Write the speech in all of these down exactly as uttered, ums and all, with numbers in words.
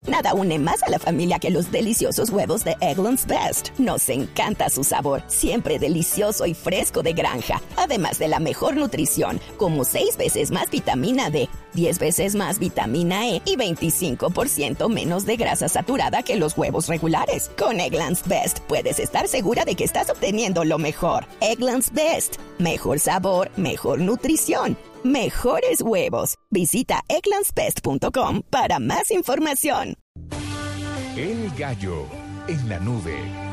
Nada une más a la familia que los deliciosos huevos de Eggland's Best. Nos encanta su sabor, siempre delicioso y fresco de granja. Además de la mejor nutrición, como seis veces más vitamina D, diez veces más vitamina E y veinticinco por ciento menos de grasa saturada que los huevos regulares. Con Eggland's Best puedes estar segura de que estás obteniendo lo mejor. Eggland's Best. Mejor sabor, mejor nutrición, mejores huevos. Visita egglands best punto com para más información. El Gallo en la nube.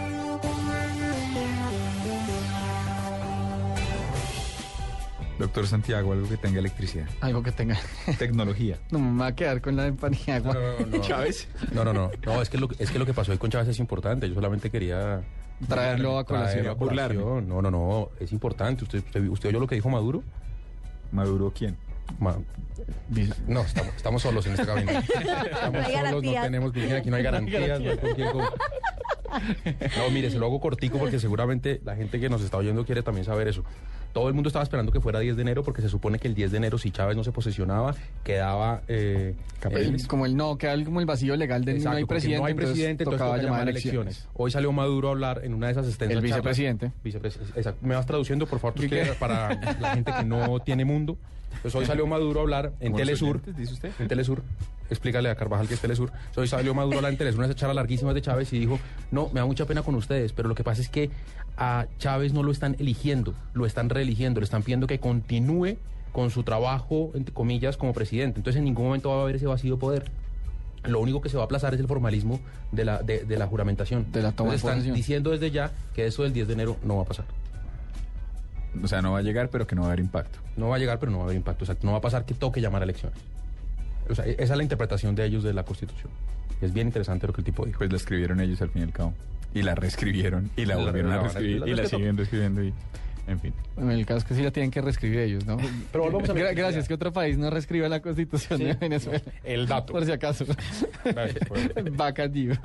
Doctor Santiago, algo que tenga electricidad. Algo que tenga tecnología. No me va a quedar con la de Paniagua. No, no, no, no. ¿Chávez? No, no, no. No, es que lo, es que lo que pasó hoy con Chávez es importante. Yo solamente quería traerlo a colación. Traerlo a colación. No, no, no. Es importante. ¿Usted, usted, usted oyó lo que dijo Maduro? ¿Maduro quién? Ma... No, estamos, estamos solos en esta cabina. Estamos no hay solos, no tenemos que aquí no hay garantías. No, hay con quién, con... no, mire, se lo hago cortico porque seguramente la gente que nos está oyendo quiere también saber eso. Todo el mundo estaba esperando que fuera diez de enero porque se supone que el diez de enero, si Chávez no se posesionaba, quedaba... Eh, el, como el no, queda como el vacío legal de exacto, no hay presidente, no hay presidente, entonces, tocaba entonces llamar elecciones. elecciones. Hoy salió Maduro a hablar en una de esas extensas El vicepresidente. Vicepresidente. Exacto. ¿Me vas traduciendo, por favor, que, para la gente que no tiene mundo? Pues hoy salió Maduro a hablar en Telesur. ¿Dice usted? En Telesur. Explícale a Carvajal que es Telesur. Hoy salió Maduro a hablar en Telesur, unas charlas larguísimas de Chávez y dijo, no, me da mucha pena con ustedes, pero lo que pasa es que a Chávez no lo están eligiendo, lo están reeligiendo, le están pidiendo que continúe con su trabajo, entre comillas, como presidente. Entonces en ningún momento va a haber ese vacío de poder. Lo único que se va a aplazar es el formalismo de la, de, de la juramentación. De la toma de Entonces, están posesión. diciendo desde ya que eso del diez de enero no va a pasar. O sea, no va a llegar, pero que no va a haber impacto. No va a llegar, pero no va a haber impacto. Exacto. No va a pasar que toque llamar a elecciones. O sea, esa es la interpretación de ellos de la Constitución. Es bien interesante lo que el tipo dijo. Pues la escribieron ellos al fin y al cabo. Y la reescribieron, y la, la volvieron a la, reescribir, la, la, y la la siguen reescribiendo, y en fin. En el caso es que sí la tienen que reescribir ellos, ¿no? Pero volvamos a la Gra- Gracias, que otro país no reescriba la Constitución sí, de Venezuela. El dato. Por si acaso. Gracias, por... Bacadillo.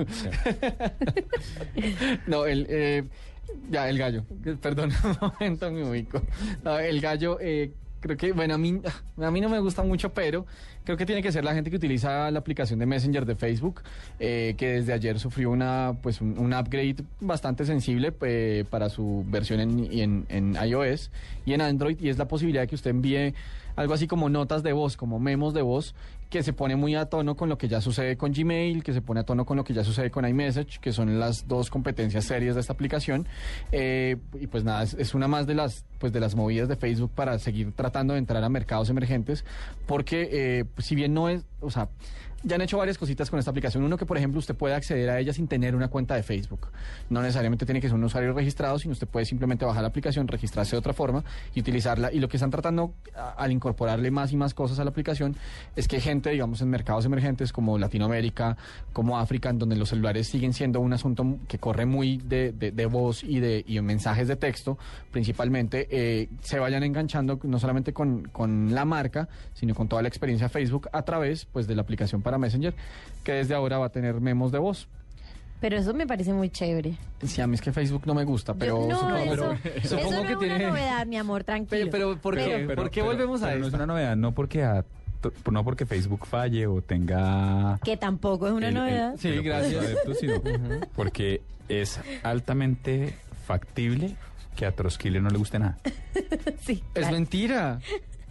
No, el... Eh, ya, el gallo. Perdón, un momento, me ubico. No, el gallo... Eh, creo que, bueno, a mí, a mí no me gusta mucho, pero creo que tiene que ser la gente que utiliza la aplicación de Messenger de Facebook, eh, que desde ayer sufrió una, pues, un, un upgrade bastante sensible eh, para su versión en, en, en iOS y en Android, y es la posibilidad de que usted envíe algo así como notas de voz, como memos de voz, que se pone muy a tono con lo que ya sucede con Gmail, que se pone a tono con lo que ya sucede con iMessage, que son las dos competencias serias de esta aplicación. Eh, y pues nada, es, es una más de las pues de las movidas de Facebook para seguir tratando de entrar a mercados emergentes, porque eh, pues, si bien no es, o sea, ya han hecho varias cositas con esta aplicación. Uno, que por ejemplo usted puede acceder a ella sin tener una cuenta de Facebook. No necesariamente tiene que ser un usuario registrado, sino usted puede simplemente bajar la aplicación, registrarse de otra forma y utilizarla. Y lo que están tratando a, al incorporarle más y más cosas a la aplicación es que gente, digamos, en mercados emergentes como Latinoamérica, como África, en donde los celulares siguen siendo un asunto que corre muy de, de, de voz y de y mensajes de texto, principalmente, eh, se vayan enganchando no solamente con, con la marca, sino con toda la experiencia Facebook a través, pues, de la aplicación para Messenger, que desde ahora va a tener memos de voz. Pero eso me parece muy chévere. Sí, a mí es que Facebook no me gusta, pero Yo, no, supongo, eso, pero, supongo eso no que es tiene... una novedad, mi amor, tranquilo. Pero, pero ¿por qué, Pero, pero, ¿por qué pero, volvemos a pero eso? no es una novedad, no porque a, no porque Facebook falle o tenga... Que tampoco es una el- el- novedad. Sí, pero gracias. por sus adeptos, sino porque es altamente factible que a Trotsky no le guste nada. Sí. Es claro. mentira.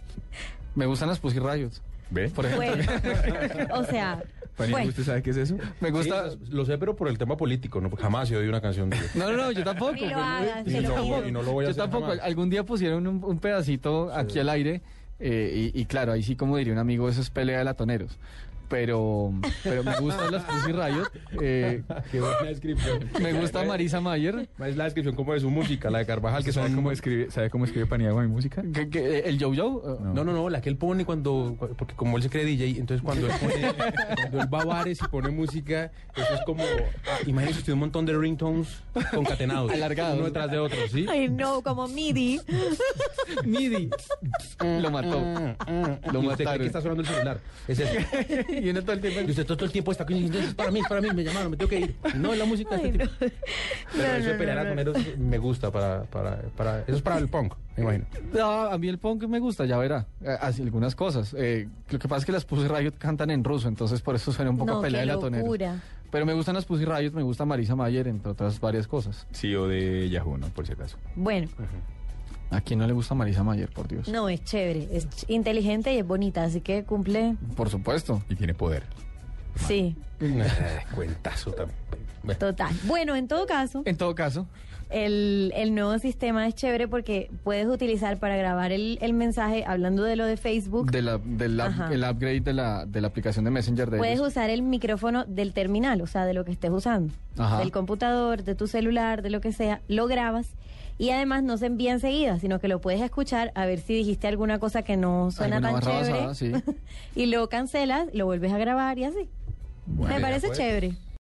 Me gustan las Pussy Riot. ¿Ve? Por ejemplo. Bueno, o sea, Fanny, bueno. ¿usted sabe qué es eso? Me gusta... Sí, lo sé, pero por el tema político. No, jamás he oído una canción de... No, no, no, yo tampoco. Ni lo pero- hagas, y, se lo no, pido. y no lo voy a Yo hacer tampoco. jamás. Algún día pusieron un, un pedacito aquí al aire eh, y, y claro, ahí sí, como diría un amigo, eso es pelea de latoneros. Pero, pero me gustan las Pussy Riot. Eh, Qué buena descripción. me gusta Marisa Mayer. Es la descripción como de su música, la de Carvajal, que ¿Sabe son... cómo escribe, ¿sabe cómo escribe Paniagua mi música? Que- que- ¿El Yo-Yo? No. No, no, no, la que él pone cuando, porque como él se cree D J, entonces cuando él pone, cuando él va a bares y pone música, eso es como, ah, imagínese usted un montón de ringtones concatenados, Alargados. uno detrás de otro, ¿sí? Ay, no, como MIDI. MIDI. Lo mató. Lo y usted cree mataron. que está sonando el celular, es eso. y uno todo el tiempo... Y usted todo el tiempo está diciendo, es para mí, es para mí, me llamaron, me tengo que ir. No, es la música de Ay, este no. tipo. Pero No, eso no, de pelear no, a no. toneros me gusta para, para, para... Eso es para el punk, me imagino. No, a mí el punk me gusta, ya verá. Eh, así algunas cosas. Eh, lo que pasa es que las Pussy Riot cantan en ruso, entonces por eso suena un poco No, a pelea qué de latoneros. locura. Pero me gustan las Pussy Riot, me gusta Marisa Mayer, entre otras varias cosas. C E O de Yahoo, ¿no? Por si acaso. Bueno, ¿A quién no le gusta Marisa Mayer, por Dios? no, es chévere, es ch- inteligente y es bonita, así que cumple, Por supuesto. Y tiene poder. sí, Eh, Cuentazo también. Bueno. total. Bueno, en todo caso, En todo caso, el, el nuevo sistema es chévere porque puedes utilizar para grabar el, el mensaje, hablando de lo de Facebook, de la, del up- Ajá. el upgrade de la, de la aplicación de Messenger de puedes ellos. usar el micrófono del terminal, o sea, de lo que estés usando, Ajá. del computador, de tu celular, de lo que sea, lo grabas y además no se envía enseguida, sino que lo puedes escuchar a ver si dijiste alguna cosa que no suena Alguna tan barra chévere basada, sí. y lo cancelas, lo vuelves a grabar y así. Bueno, Me ya parece pues. chévere.